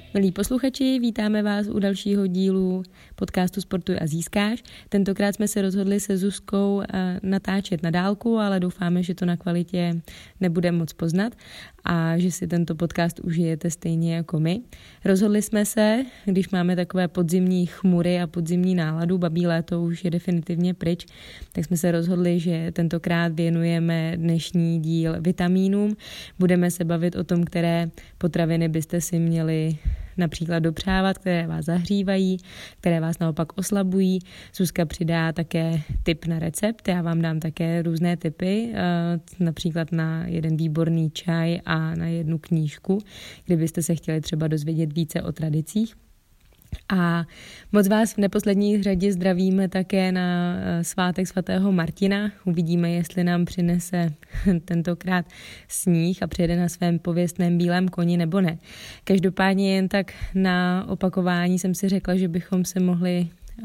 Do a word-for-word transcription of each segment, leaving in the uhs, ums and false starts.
Milí posluchači, vítáme vás u dalšího dílu podcastu Sportuj a získáš. Tentokrát jsme se rozhodli se Zuzkou natáčet na dálku, ale doufáme, že to na kvalitě nebude moc poznat a že si tento podcast užijete stejně jako my. Rozhodli jsme se, když máme takové podzimní chmury a podzimní náladu, babí léto už je definitivně pryč, tak jsme se rozhodli, že tentokrát věnujeme dnešní díl vitamínům. Budeme se bavit o tom, které potraviny byste si měli například dopřávat, které vás zahřívají, které vás naopak oslabují. Zuzka přidá také tip na recept, já vám dám také různé tipy, například na jeden výborný čaj a na jednu knížku, kdybyste se chtěli třeba dozvědět více o tradicích. A moc vás v neposlední řadě zdravíme také na svátek svatého Martina. Uvidíme, jestli nám přinese tentokrát sníh a přijede na svém pověstném bílém koni nebo ne. Každopádně jen tak na opakování jsem si řekla, že bychom se mohli uh,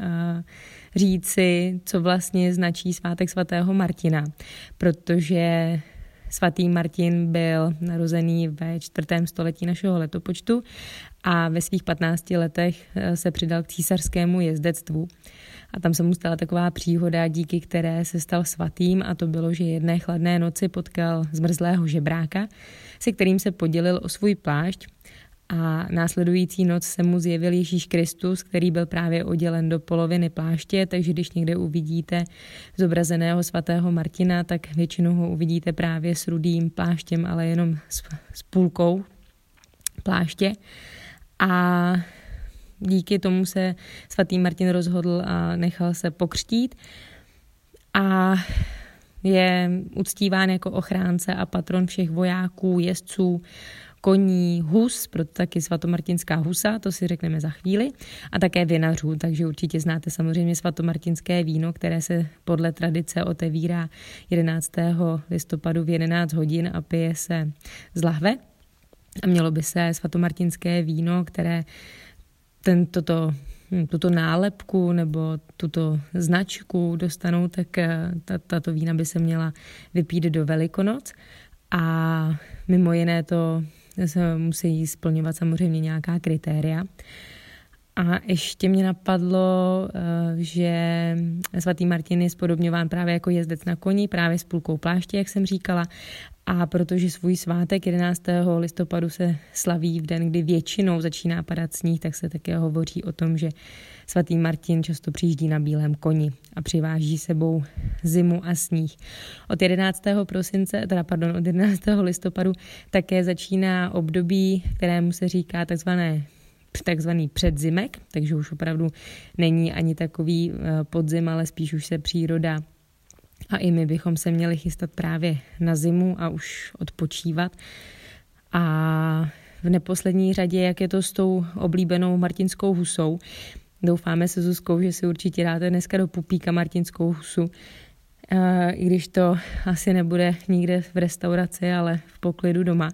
říci, co vlastně značí svátek svatého Martina, protože svatý Martin byl narozený ve čtvrtém století našeho letopočtu a ve svých patnácti letech se přidal k císařskému jezdectvu. A tam se mu stala taková příhoda, díky které se stal svatým, a to bylo, že jedné chladné noci potkal zmrzlého žebráka, se kterým se podělil o svůj plášť. A následující noc se mu zjevil Ježíš Kristus, který byl právě oddělen do poloviny pláště, takže když někde uvidíte zobrazeného svatého Martina, tak většinou ho uvidíte právě s rudým pláštěm, ale jenom s, s půlkou pláště. A díky tomu se svatý Martin rozhodl a nechal se pokřtít a je uctíván jako ochránce a patron všech vojáků, jezdců, koní, hus, proto taky svatomartinská husa, to si řekneme za chvíli, a také vinařů, takže určitě znáte samozřejmě svatomartinské víno, které se podle tradice otevírá jedenáctého listopadu v jedenáct hodin a pije se z lahve. A mělo by se svatomartinské víno, které ten, toto, tuto nálepku nebo tuto značku dostanou, tak tato vína by se měla vypít do Velikonoc a mimo jiné to se musí splňovat samozřejmě nějaká kritéria. A ještě mě napadlo, že svatý Martin je spodobňován právě jako jezdec na koni, právě s půlkou pláště, jak jsem říkala. A protože svůj svátek jedenáctého listopadu se slaví v den, kdy většinou začíná padat sníh, tak se také hovoří o tom, že svatý Martin často přijíždí na bílém koni a přiváží sebou zimu a sníh. Od jedenáctého prosince, teda pardon, od jedenáctého listopadu také začíná období, kterému se říká takzvané takzvaný předzimek, takže už opravdu není ani takový podzim, ale spíš už se příroda a i my bychom se měli chystat právě na zimu a už odpočívat. A v neposlední řadě, jak je to s tou oblíbenou martinskou husou, doufáme se Zuzkou, že si určitě dáte dneska do pupíka martinskou husu, i když to asi nebude nikde v restauraci, ale v poklidu doma.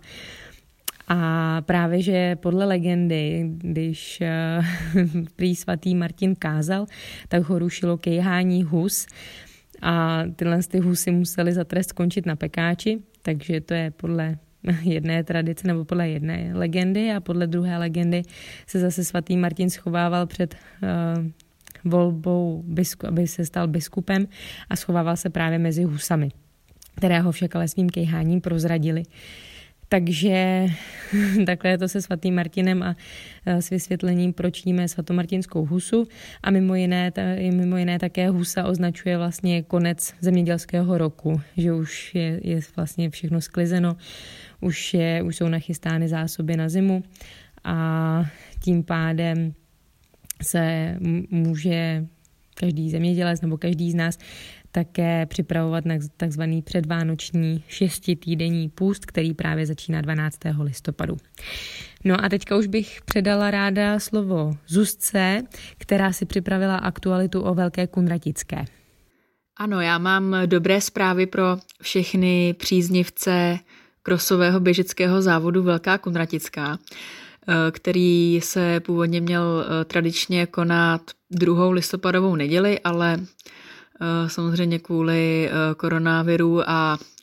A právě, že podle legendy, když prý svatý Martin kázal, tak ho rušilo kejhání hus a tyhle ty husy museli za trest skončit na pekáči, takže to je podle jedné tradice nebo podle jedné legendy a podle druhé legendy se zase svatý Martin schovával před uh, volbou, bisku, aby se stal biskupem a schovával se právě mezi husami, které ho však ale svým kejháním prozradili. Takže takhle je to se svatým Martinem a s vysvětlením, proč jíme svatomartinskou husu a mimo jiné, mimo jiné také husa označuje vlastně konec zemědělského roku, že už je, je vlastně všechno sklizeno, už, je, už jsou nachystány zásoby na zimu a tím pádem se může každý zemědělec nebo každý z nás také připravovat na takzvaný předvánoční šestitýdenní půst, který právě začíná dvanáctého listopadu. No a teďka už bych předala ráda slovo Zuzce, která si připravila aktualitu o Velké Kunratické. Ano, já mám dobré zprávy pro všechny příznivce krosového běžeckého závodu Velká Kunratická, který se původně měl tradičně konat druhou listopadovou neděli, ale samozřejmě kvůli koronaviru a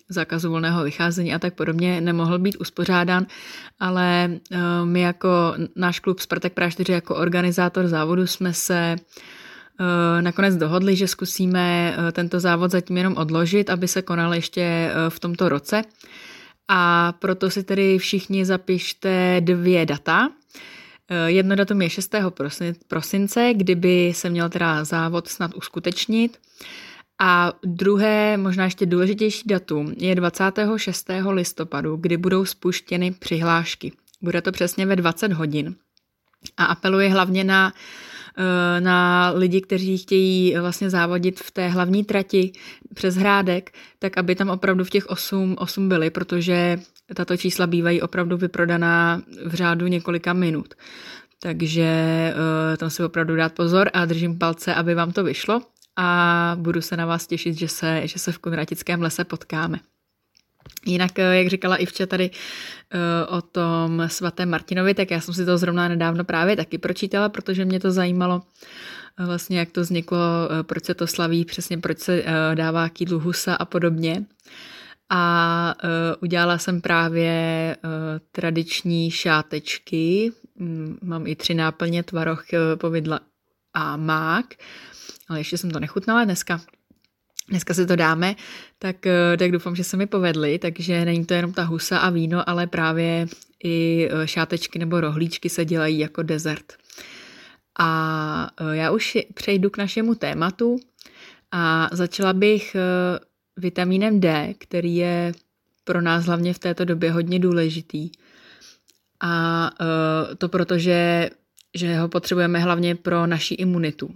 zákazu volného vycházení a tak podobně nemohl být uspořádán, ale my jako náš klub Spartak Praha čtyři jako organizátor závodu jsme se nakonec dohodli, že zkusíme tento závod zatím jenom odložit, aby se konal ještě v tomto roce. A proto si tedy všichni zapište dvě data. Jedno datum je šestého prosince, kdyby se měl teda závod snad uskutečnit. A druhé, možná ještě důležitější datum je dvacátého šestého listopadu, kdy budou spuštěny přihlášky. Bude to přesně ve dvacet hodin. A apeluji hlavně na, na lidi, kteří chtějí vlastně závodit v té hlavní trati přes Hrádek, tak aby tam opravdu v těch osm, osm byli, protože tato čísla bývají opravdu vyprodaná v řádu několika minut. Takže tam si opravdu dát pozor a držím palce, aby vám to vyšlo. A budu se na vás těšit, že se, že se v Kunratickém lese potkáme. Jinak, jak říkala Ivča tady uh, o tom svatém Martinovi, tak já jsem si to zrovna nedávno právě taky pročítala, protože mě to zajímalo uh, vlastně, jak to vzniklo, uh, proč se to slaví, přesně proč se uh, dává k jídlu husa a podobně. A uh, udělala jsem právě uh, tradiční šátečky, um, mám i tři náplně, tvaroh, uh, povidla a mák, ale ještě jsem to nechutnala dneska. Dneska si to dáme, tak, tak doufám, že se mi povedly, takže není to jenom ta husa a víno, ale právě i šátečky nebo rohlíčky se dělají jako dezert. A já už přejdu k našemu tématu a začala bych vitamínem D, který je pro nás hlavně v této době hodně důležitý. A to proto, že, že ho potřebujeme hlavně pro naši imunitu.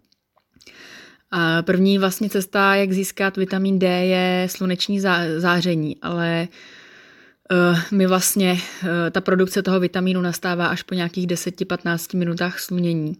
A první vlastně cesta, jak získat vitamin D, je sluneční záření, ale uh, my vlastně, uh, ta produkce toho vitamínu nastává až po nějakých deset až patnáct minutách slunění.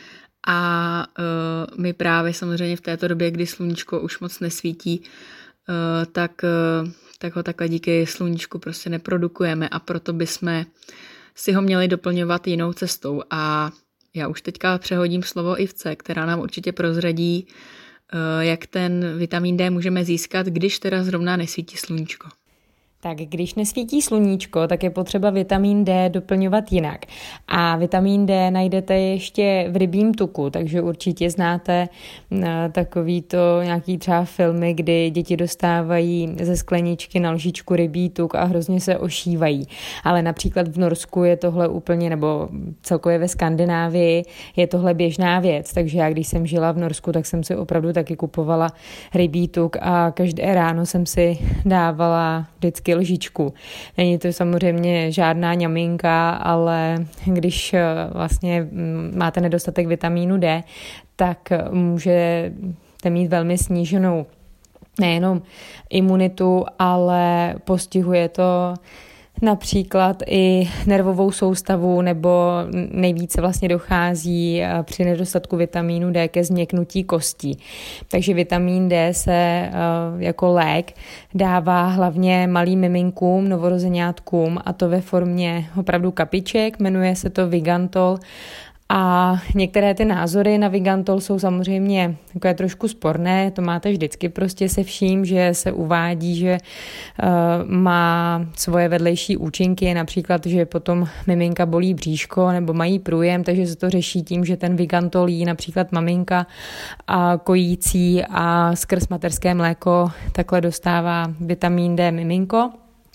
A uh, my právě samozřejmě v této době, kdy sluníčko už moc nesvítí, uh, tak, uh, tak ho takhle díky sluníčku prostě neprodukujeme a proto bychom si ho měli doplňovat jinou cestou. A já už teďka přehodím slovo Ivce, která nám určitě prozradí, jak ten vitamin D můžeme získat, když teda zrovna nesvítí sluníčko. Tak když nesvítí sluníčko, tak je potřeba vitamin D doplňovat jinak. A vitamin D najdete ještě v rybím tuku, takže určitě znáte takovýto nějaký třeba filmy, kdy děti dostávají ze skleničky na lžičku rybí tuk a hrozně se ošívají. Ale například v Norsku je tohle úplně, nebo celkově ve Skandinávii je tohle běžná věc. Takže já, když jsem žila v Norsku, tak jsem si opravdu taky kupovala rybí tuk a každé ráno jsem si dávala vždycky lžičku. Není to samozřejmě žádná ňaminka, ale když vlastně máte nedostatek vitamínu D, tak můžete mít velmi sníženou nejenom imunitu, ale postihuje to například i nervovou soustavu, nebo nejvíce vlastně dochází při nedostatku vitamínu D ke změknutí kostí. Takže vitamin D se jako lék dává hlavně malým miminkům, novorozeňátkům, a to ve formě opravdu kapiček, jmenuje se to Vigantol. A některé ty názory na Vigantol jsou samozřejmě takové trošku sporné, to máte vždycky prostě se vším, že se uvádí, že uh, má svoje vedlejší účinky, například, že potom miminka bolí bříško nebo mají průjem, takže se to řeší tím, že ten Vigantol jí například maminka a kojící a skrz materské mléko takhle dostává vitamin D miminko.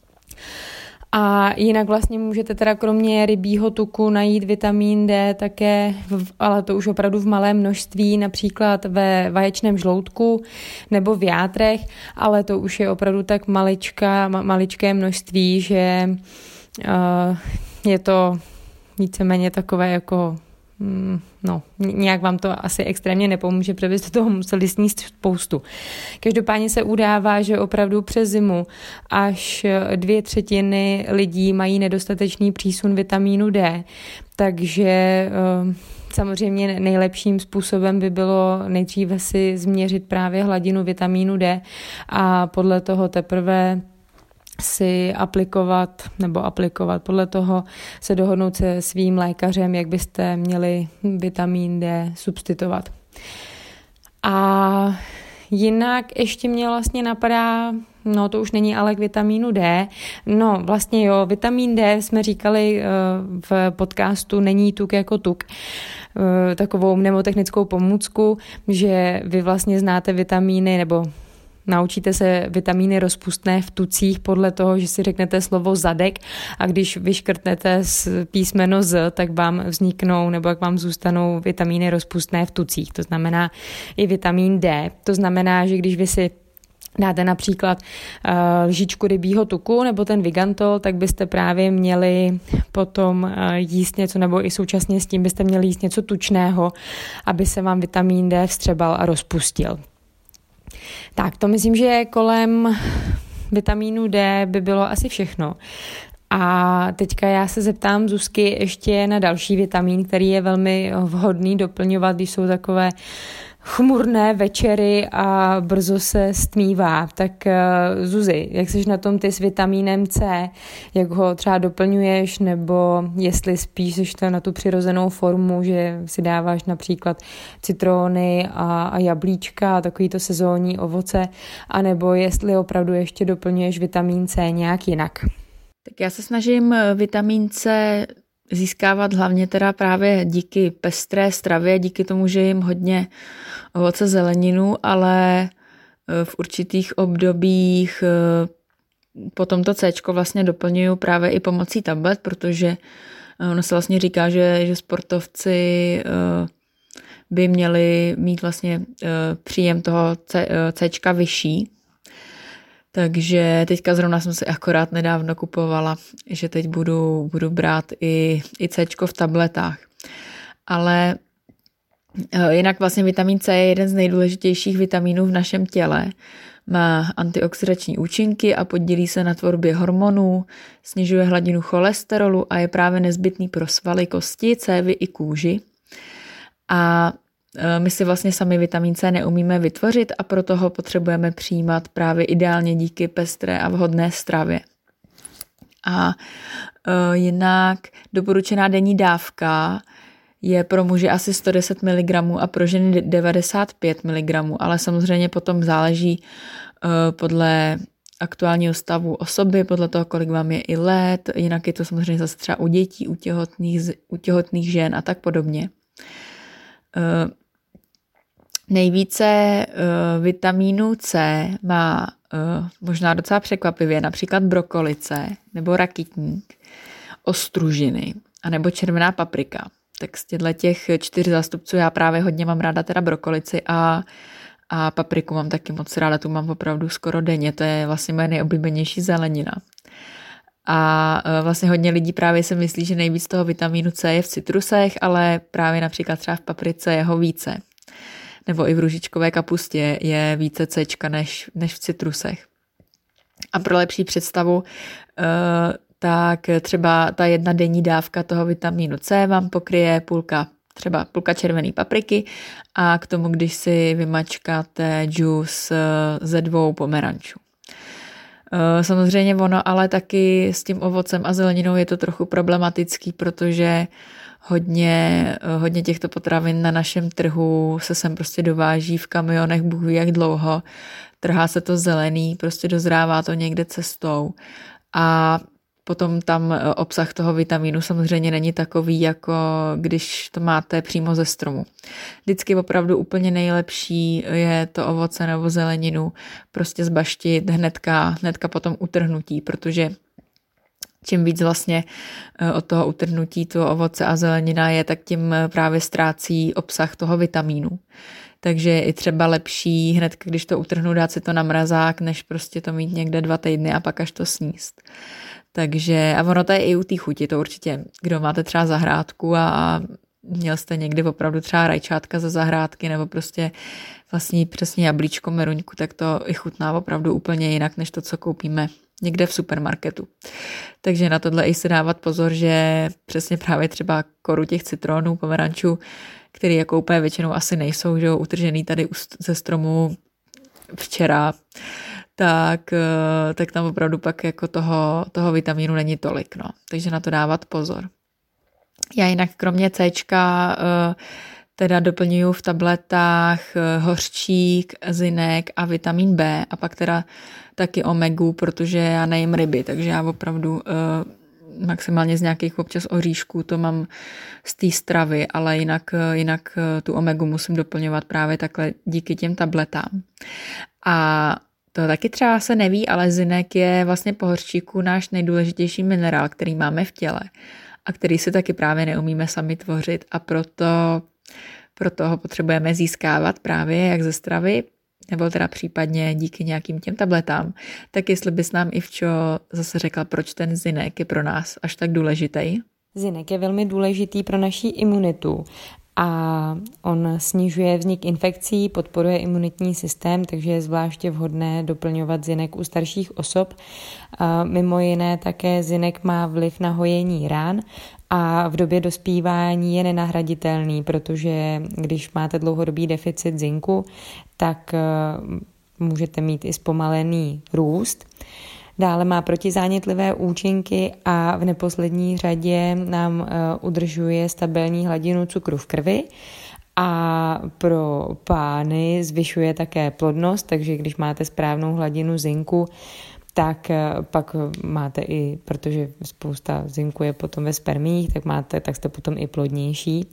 A jinak vlastně můžete teda kromě rybího tuku najít vitamin D také, ale to už opravdu v malém množství, například ve vaječném žloutku nebo v játrech, ale to už je opravdu tak malička, maličké množství, že uh, je to víceméně takové jako no, nějak vám to asi extrémně nepomůže, protože byste toho museli sníst spoustu. Každopádně se udává, že opravdu přes zimu až dvě třetiny lidí mají nedostatečný přísun vitamínu D, takže samozřejmě nejlepším způsobem by bylo nejdříve si změřit právě hladinu vitamínu D a podle toho teprve si aplikovat, nebo aplikovat, podle toho se dohodnout se svým lékařem, jak byste měli vitamin D substituovat. A jinak ještě mě vlastně napadá, no to už není ale k vitamínu D. No vlastně jo, vitamin D jsme říkali v podcastu Není tuk jako tuk, takovou mnemotechnickou pomůcku, že vy vlastně znáte vitamíny nebo naučíte se vitamíny rozpustné v tucích podle toho, že si řeknete slovo zadek a když vyškrtnete písmeno Z, tak vám vzniknou nebo jak vám zůstanou vitamíny rozpustné v tucích. To znamená i vitamin D. To znamená, že když vy si dáte například uh, lžičku rybího tuku nebo ten Vigantol, tak byste právě měli potom uh, jíst něco, nebo i současně s tím byste měli jíst něco tučného, aby se vám vitamin D vstřebal a rozpustil. Tak to myslím, že kolem vitamínu D by bylo asi všechno. A teďka já se zeptám Zuzky ještě na další vitamin, který je velmi vhodný doplňovat, když jsou takové chmurné večery a brzo se stmívá. Tak Zuzi, jak jsi na tom ty s vitamínem C? Jak ho třeba doplňuješ, nebo jestli spíš jsi to na tu přirozenou formu, že si dáváš například citrony a, a jablíčka, takovýto sezónní ovoce, anebo jestli opravdu ještě doplňuješ vitamin C nějak jinak? Tak já se snažím vitamin C získávat hlavně teda právě díky pestré stravě, díky tomu, že jim hodně ovoce, zeleninu, ale v určitých obdobích potom to Cčko vlastně doplňuju právě i pomocí tablet, protože ono se vlastně říká, že, že sportovci by měli mít vlastně příjem toho C, Cčka vyšší. Takže teďka zrovna jsem si akorát nedávno kupovala, že teď budu, budu brát i, i Cčko v tabletách. Ale jinak vlastně vitamin C je jeden z nejdůležitějších vitamínů v našem těle. Má antioxidační účinky a podílí se na tvorbě hormonů, snižuje hladinu cholesterolu a je právě nezbytný pro svaly, kosti, cévy i kůži. A my si vlastně sami vitamin C neumíme vytvořit a proto ho potřebujeme přijímat právě ideálně díky pestré a vhodné stravě. A jinak doporučená denní dávka je pro muže asi sto deset miligramů a pro ženy devadesát pět miligramů, ale samozřejmě potom záleží podle aktuálního stavu osoby, podle toho, kolik vám je i let, jinak je to samozřejmě zase třeba u dětí, u těhotných, u těhotných žen a tak podobně. Nejvíce uh, vitamínu C má uh, možná docela překvapivě například brokolice nebo rakitník, ostružiny a nebo červená paprika. Tak z těchto těch čtyř zástupců já právě hodně mám ráda teda brokolici a, a papriku mám taky moc ráda, tu mám opravdu skoro denně, to je vlastně moje nejoblíbenější zelenina. A uh, vlastně hodně lidí právě si myslí, že nejvíc toho vitamínu C je v citrusech, ale právě například třeba v paprice je ho více. Nebo i v růžičkové kapustě je více Cčka než, než v citrusech. A pro lepší představu, tak třeba ta jedna denní dávka toho vitamínu C vám pokryje půlka, třeba půlka červené papriky a k tomu, když si vymačkáte džus ze dvou pomerančů. Samozřejmě ono ale taky s tím ovocem a zeleninou je to trochu problematický, protože Hodně, hodně těchto potravin na našem trhu se sem prostě dováží v kamionech, bůh ví jak dlouho. Trhá se to zelený, prostě dozrává to někde cestou. A potom tam obsah toho vitamínu samozřejmě není takový, jako když to máte přímo ze stromu. Vždycky opravdu úplně nejlepší je to ovoce nebo zeleninu prostě zbaštit hnedka, hnedka potom utrhnutí, protože čím víc vlastně od toho utrhnutí to ovoce a zelenina je, tak tím právě ztrácí obsah toho vitamínu. Takže je i třeba lepší hned, když to utrhnu, dát si to na mrazák, než prostě to mít někde dva týdny a pak až to sníst. Takže, a ono to je i u té chuti, to určitě, kdo máte třeba zahrádku a měl jste někdy opravdu třeba rajčátka ze zahrádky nebo prostě vlastně přesně jablíčko, meruňku, tak to i chutná opravdu úplně jinak, než to, co koupíme někde v supermarketu. Takže na tohle i si dávat pozor, že přesně právě třeba koru těch citronů, pomerančů, který jako úplně většinou asi nejsou, že jo, utržený tady ze stromu včera, tak, tak tam opravdu pak jako toho, toho vitamínu není tolik, no. Takže na to dávat pozor. Já jinak kromě Cčka teda doplňuju v tabletách hořčík, zinek a vitamin B a pak teda taky omegu, protože já nejím ryby, takže já opravdu uh, maximálně z nějakých občas oříšků to mám z té stravy, ale jinak, jinak tu omegu musím doplňovat právě takhle díky těm tabletám. A to taky třeba se neví, ale zinek je vlastně po hořčíku náš nejdůležitější minerál, který máme v těle a který si taky právě neumíme sami tvořit a proto, proto ho potřebujeme získávat právě jak ze stravy, nebo teda případně díky nějakým těm tabletám. Tak jestli bys nám, Ivčo, zase řekla, proč ten zinek je pro nás až tak důležitý? Zinek je velmi důležitý pro naši imunitu a on snižuje vznik infekcí, podporuje imunitní systém, takže je zvláště vhodné doplňovat zinek u starších osob. A mimo jiné také zinek má vliv na hojení rán a v době dospívání je nenahraditelný, protože když máte dlouhodobý deficit zinku, tak můžete mít i zpomalený růst. Dále má protizánětlivé účinky a v neposlední řadě nám udržuje stabilní hladinu cukru v krvi a pro pány zvyšuje také plodnost, takže když máte správnou hladinu zinku, tak pak máte i, protože spousta zinku je potom ve spermích, tak máte, tak jste potom i plodnější.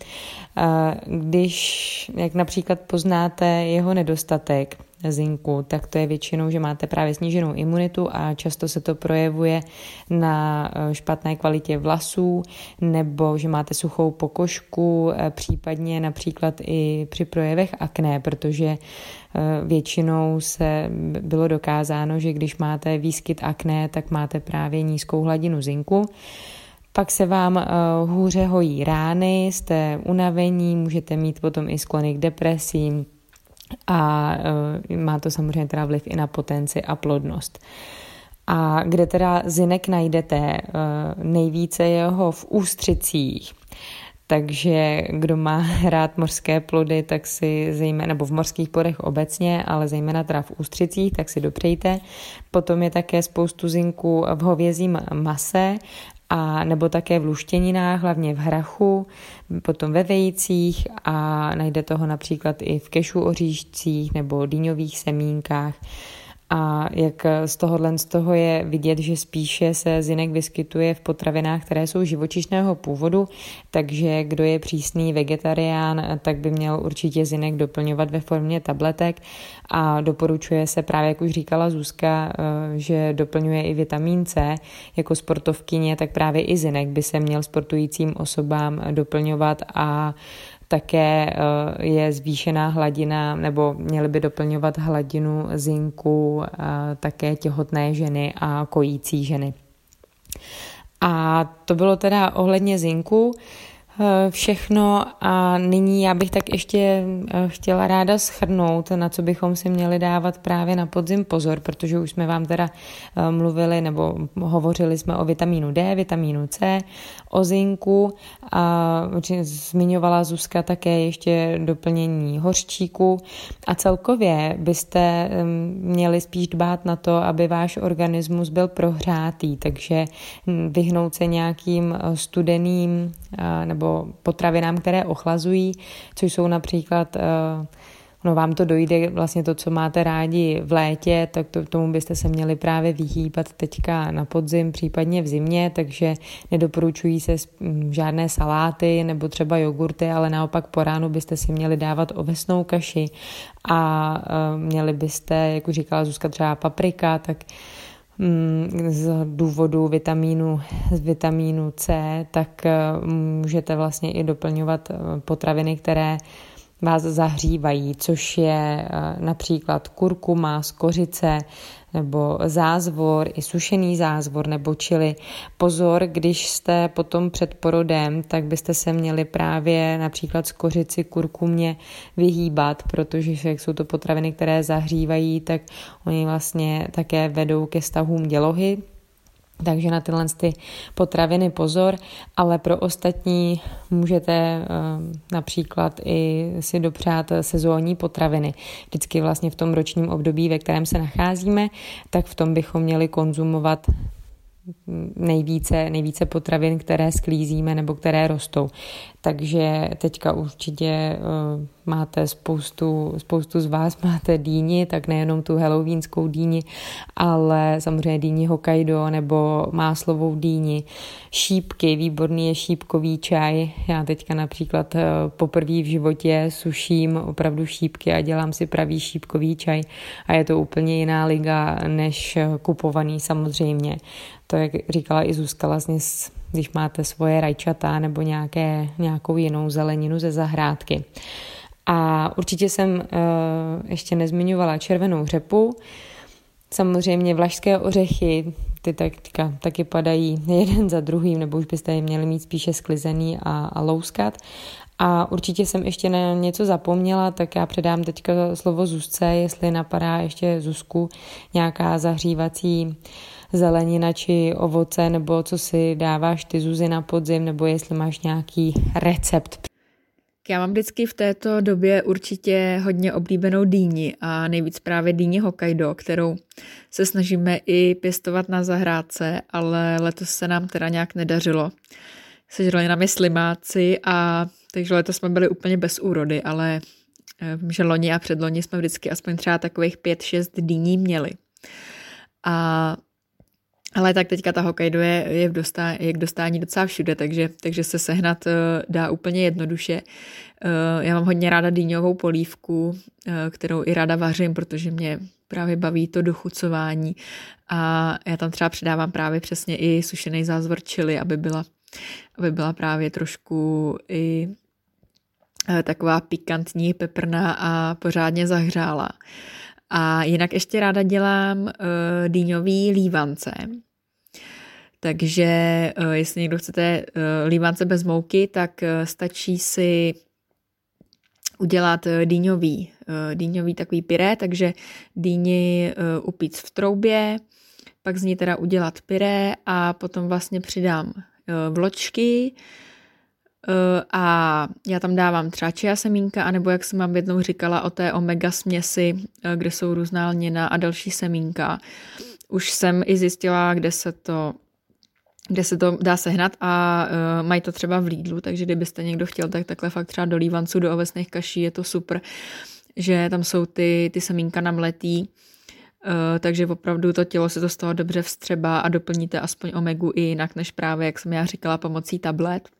Když, jak například poznáte jeho nedostatek zinku, tak to je většinou, že máte právě sníženou imunitu a často se to projevuje na špatné kvalitě vlasů nebo že máte suchou pokožku, případně například i při projevech akné, protože většinou se bylo dokázáno, že když máte výskyt akné, tak máte právě nízkou hladinu zinku. Pak se vám uh, hůře hojí rány, jste unavení, můžete mít potom i sklony k depresím a uh, má to samozřejmě teda vliv i na potenci a plodnost. A kde teda zinek najdete? Uh, nejvíce je ho v ústřicích. Takže kdo má rád mořské plody, tak si zejména, nebo v mořských plodech obecně, ale zejména teda v ústřicích, tak si dopřejte. Potom je také spoustu zinku v hovězím mase a nebo také v luštěninách, hlavně v hrachu, potom ve vejcích a najde toho například i v kešu oříšcích nebo dýňových semínkách. A jak z tohohle z toho je vidět, že spíše se zinek vyskytuje v potravinách, které jsou živočišného původu, takže kdo je přísný vegetarián, tak by měl určitě zinek doplňovat ve formě tabletek a doporučuje se právě, jak už říkala Zuzka, že doplňuje i vitamin C. Jako sportovkyně, tak právě i zinek by se měl sportujícím osobám doplňovat a také je zvýšená hladina, nebo měly by doplňovat hladinu zinku také těhotné ženy a kojící ženy. A to bylo teda ohledně zinku všechno a nyní já bych tak ještě chtěla ráda shrnout, na co bychom si měli dávat právě na podzim pozor, protože už jsme vám teda mluvili nebo hovořili jsme o vitamínu D, vitamínu C, o zinku a zmiňovala Zuzka také ještě doplnění hořčíku a celkově byste měli spíš dbát na to, aby váš organismus byl prohřátý, takže vyhnout se nějakým studeným nebo potravinám, které ochlazují, což jsou například, no vám to dojde vlastně to, co máte rádi v létě, tak to, tomu byste se měli právě vyhýbat teďka na podzim, případně v zimě, takže nedoporučují se žádné saláty nebo třeba jogurty, ale naopak po ránu byste si měli dávat ovesnou kaši a měli byste, jak už říkala Zuzka, třeba paprika, tak z důvodu vitamínu, z vitamínu C, tak můžete vlastně i doplňovat potraviny, které vás zahřívají, což je například kurkuma z kořice nebo zázvor, i sušený zázvor nebo čili. Pozor, když jste potom před porodem, tak byste se měli právě například z kořici, kurkumě vyhýbat, protože jak jsou to potraviny, které zahřívají, tak oni vlastně také vedou ke stavům dělohy. Takže na tyhle ty potraviny pozor, ale pro ostatní můžete například i si dopřát sezónní potraviny. Vždycky vlastně v tom ročním období, ve kterém se nacházíme, tak v tom bychom měli konzumovat nejvíce, nejvíce potravin, které sklízíme nebo které rostou. Takže teďka určitě uh, máte spoustu, spoustu z vás máte dýni, tak nejenom tu halloweenskou dýni, ale samozřejmě dýni Hokkaido nebo máslovou dýni, šípky, výborný je šípkový čaj. Já teďka například uh, poprvé v životě suším opravdu šípky a dělám si pravý šípkový čaj a je to úplně jiná liga než kupovaný samozřejmě. To, jak říkala i Zuzka, vlastně, když máte svoje rajčata nebo nějaké, nějakou jinou zeleninu ze zahrádky. A určitě jsem uh, ještě nezmiňovala červenou řepu, samozřejmě vlašské ořechy, ty teďka taky padají jeden za druhým, nebo už byste je měli mít spíše sklizený a, a louskat. A určitě jsem ještě na něco zapomněla, tak já předám teďka slovo Zuzce, jestli napadá ještě Zuzku nějaká zahřívací zelenina či ovoce, nebo co si dáváš ty, Zuzi, na podzim, nebo jestli máš nějaký recept. Já mám vždycky v této době určitě hodně oblíbenou dýni a nejvíc právě dýni Hokkaido, kterou se snažíme i pěstovat na zahrádce, ale letos se nám teda nějak nedařilo. Sežrali nám je slimáci a takže letos jsme byli úplně bez úrody, ale vím, že loni a předloni jsme vždycky aspoň třeba takových pět šest dýní měli. A ale tak teďka ta Hokkaido je, je, v dostá, je k dostání docela všude, takže, takže se sehnat uh, dá úplně jednoduše. Uh, já mám hodně ráda dýňovou polívku, uh, kterou i ráda vařím, protože mě právě baví to dochucování a já tam třeba přidávám právě přesně i sušený zázvor chili, aby byla, aby byla právě trošku i uh, taková pikantní, peprná a pořádně zahřálá. A jinak ještě ráda dělám uh, dýňový lívance. Takže uh, jestli někdo chcete uh, lívance bez mouky, tak uh, stačí si udělat uh, dýňový, uh, dýňový takový pyré, takže dýni uh, upíct v troubě, pak z ní teda udělat pyré a potom vlastně přidám uh, vločky, a já tam dávám třeba chia semínka, anebo jak jsem vám jednou říkala o té omega směsi, kde jsou různá lnina a další semínka. Už jsem i zjistila, kde se to, kde se to dá sehnat a uh, mají to třeba v Lidlu, takže kdybyste někdo chtěl, tak takhle fakt třeba do lívanců, do ovesných kaší, je to super, že tam jsou ty, ty semínka namletý, uh, takže opravdu to tělo se to z toho dobře vstřebá a doplníte aspoň omegu i jinak, než právě, jak jsem já říkala, pomocí tablet.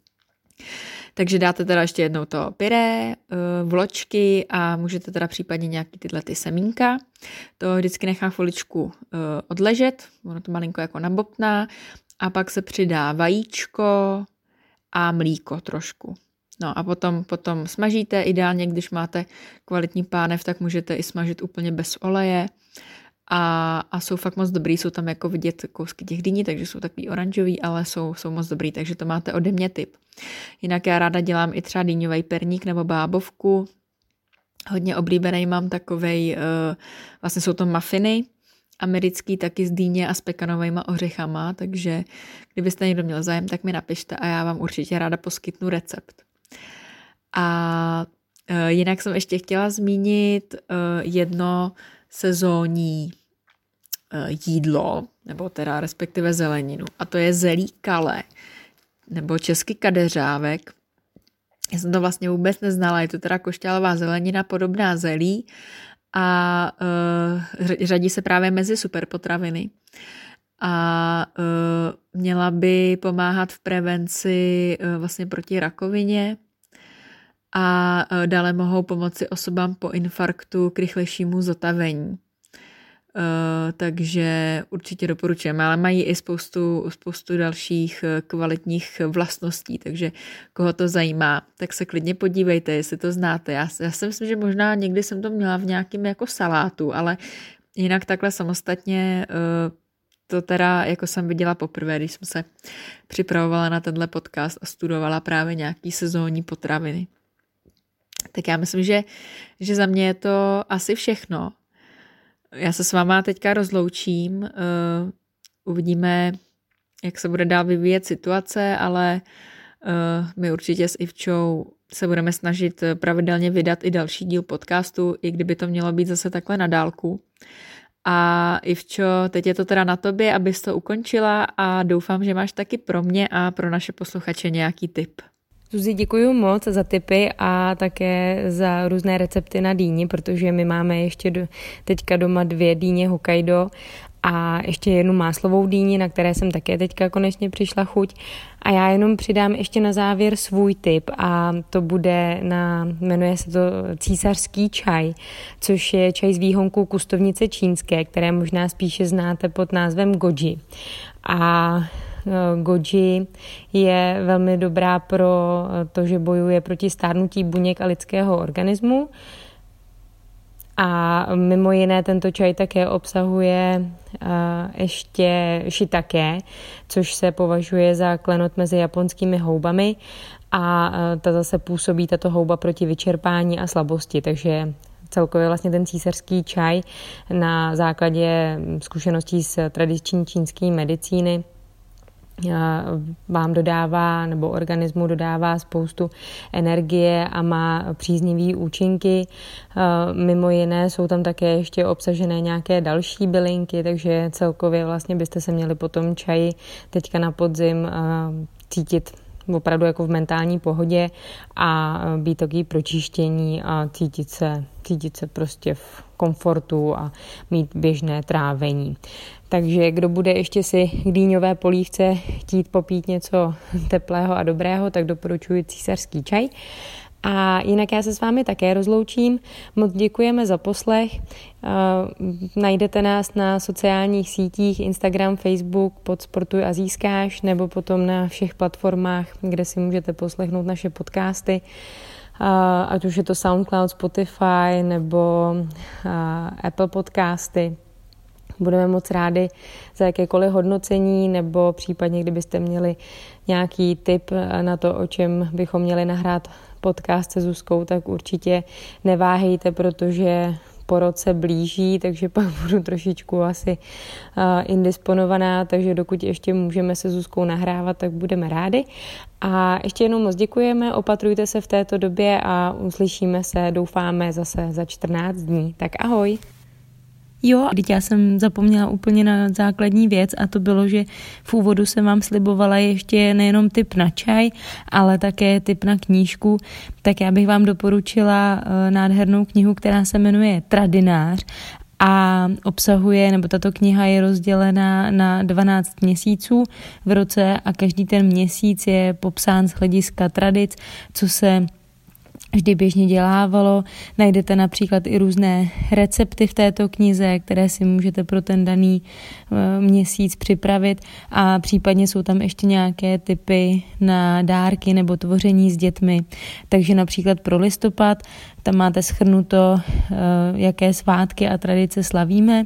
Takže dáte teda ještě jednou to pyré, vločky a můžete teda případně nějaký tyhle ty semínka. To vždycky nechám chviličku odležet, ono to malinko jako nabobtná a pak se přidá vajíčko a mlíko trošku. No a potom, potom smažíte, ideálně když máte kvalitní pánev, tak můžete i smažit úplně bez oleje. A, a jsou fakt moc dobrý, jsou tam jako vidět kousky těch dýní, takže jsou takový oranžový, ale jsou, jsou moc dobrý, takže to máte ode mě tip. Jinak já ráda dělám i třeba dýňový perník nebo bábovku. Hodně oblíbený mám takovej, uh, vlastně jsou to muffiny, americký taky z dýně a s pekanovejma ořechama, takže kdybyste někdo měl zájem, tak mi napište a já vám určitě ráda poskytnu recept. A uh, jinak jsem ještě chtěla zmínit uh, jedno sezónní jídlo, nebo teda respektive zeleninu. A to je zelí kale, nebo český kadeřávek. Já jsem to vlastně vůbec neznala, je to teda košťálová zelenina, podobná zelí a uh, řadí se právě mezi superpotraviny. A uh, měla by pomáhat v prevenci uh, vlastně proti rakovině a uh, dále mohou pomoci osobám po infarktu k rychlejšímu zotavení. Uh, takže určitě doporučujeme, ale mají i spoustu, spoustu dalších kvalitních vlastností, takže koho to zajímá, tak se klidně podívejte, jestli to znáte. Já, já si myslím, že možná někdy jsem to měla v nějakém jako salátu, ale jinak takhle samostatně uh, to teda jako jsem viděla poprvé, když jsem se připravovala na tenhle podcast a studovala právě nějaký sezónní potraviny. Tak já myslím, že, že za mě je to asi všechno. Já se s váma teďka rozloučím, uh, uvidíme, jak se bude dál vyvíjet situace, ale uh, my určitě s Ivčou se budeme snažit pravidelně vydat i další díl podcastu, i kdyby to mělo být zase takhle na dálku. A Ivčo, teď je to teda na tobě, abys to ukončila a doufám, že máš taky pro mě a pro naše posluchače nějaký tip. Zuzi, děkuji moc za tipy a také za různé recepty na dýni, protože my máme ještě do, teďka doma dvě dýně Hokkaido a ještě jednu máslovou dýni, na které jsem také teďka konečně přišla chuť. A já jenom přidám ještě na závěr svůj tip a to bude na, jmenuje se to císařský čaj, což je čaj z výhonku kustovnice čínské, které možná spíše znáte pod názvem goji. A goji je velmi dobrá pro to, že bojuje proti stárnutí buněk a lidského organismu. A mimo jiné tento čaj také obsahuje uh, ještě shiitake, což se považuje za klenot mezi japonskými houbami a uh, ta zase působí tato houba proti vyčerpání a slabosti, takže celkově vlastně ten císařský čaj na základě zkušeností s tradiční čínské medicíny vám dodává nebo organismu dodává spoustu energie a má příznivý účinky. Mimo jiné jsou tam také ještě obsažené nějaké další bylinky, takže celkově vlastně byste se měli po tom čaji teďka na podzim cítit opravdu jako v mentální pohodě a být takový pročištění a cítit se, cítit se prostě v komfortu a mít běžné trávení. Takže kdo bude ještě si k dýňové polívce chtít popít něco teplého a dobrého, tak doporučuji císařský čaj. A jinak já se s vámi také rozloučím. Moc děkujeme za poslech. Najdete nás na sociálních sítích Instagram, Facebook pod Sportuj a získáš nebo potom na všech platformách, kde si můžete poslechnout naše podcasty. Ať už je to SoundCloud, Spotify nebo Apple podcasty. Budeme moc rádi za jakékoliv hodnocení nebo případně, kdybyste měli nějaký tip na to, o čem bychom měli nahrát podcast se Zuzkou, tak určitě neváhejte, protože po roce blíží, takže pak budu trošičku asi indisponovaná, takže dokud ještě můžeme se Zuzkou nahrávat, tak budeme rádi. A ještě jednou moc děkujeme, opatrujte se v této době a uslyšíme se, doufáme, zase za čtrnáct dní. Tak ahoj! Jo, teď já jsem zapomněla úplně na základní věc a to bylo, že v úvodu jsem vám slibovala ještě nejenom tip na čaj, ale také tip na knížku. Tak já bych vám doporučila nádhernou knihu, která se jmenuje Tradinář a obsahuje, nebo tato kniha je rozdělená na dvanáct měsíců v roce a každý ten měsíc je popsán z hlediska tradic, co se vždy běžně dělávalo. Najdete například i různé recepty v této knize, které si můžete pro ten daný měsíc připravit a případně jsou tam ještě nějaké tipy na dárky nebo tvoření s dětmi. Takže například pro listopad tam máte shrnuto, jaké svátky a tradice slavíme.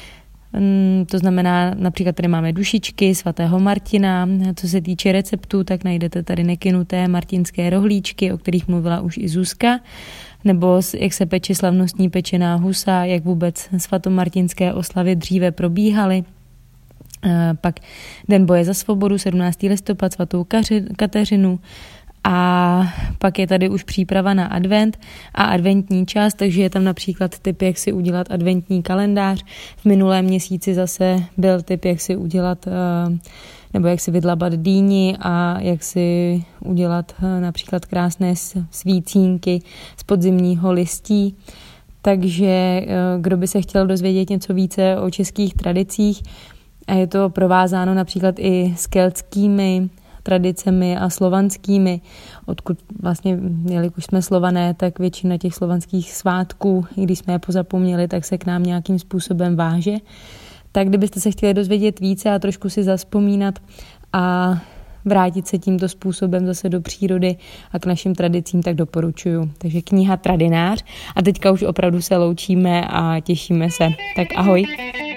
To znamená, například tady máme dušičky svatého Martina, co se týče receptů, tak najdete tady nekynuté martinské rohlíčky, o kterých mluvila už i Zuzka, nebo jak se peče slavnostní pečená husa, jak vůbec svatomartinské oslavy dříve probíhaly. Pak Den boje za svobodu, sedmnáctého listopad, svatou Kateřinu, a pak je tady už příprava na advent a adventní čas, takže je tam například tip, jak si udělat adventní kalendář. V minulém měsíci zase byl tip, jak si udělat nebo jak si vydlabat dýni a jak si udělat například krásné svícínky z podzimního listí. Takže kdo by se chtěl dozvědět něco více o českých tradicích, a je to provázáno například i s keltskými tradicemi a slovanskými, odkud vlastně, jelikož jsme Slované, tak většina těch slovanských svátků, i když jsme je pozapomněli, tak se k nám nějakým způsobem váže. Tak kdybyste se chtěli dozvědět více a trošku si zazpomínat a vrátit se tímto způsobem zase do přírody a k našim tradicím, tak doporučuju. Takže kniha Tradinář a teďka už opravdu se loučíme a těšíme se. Tak ahoj!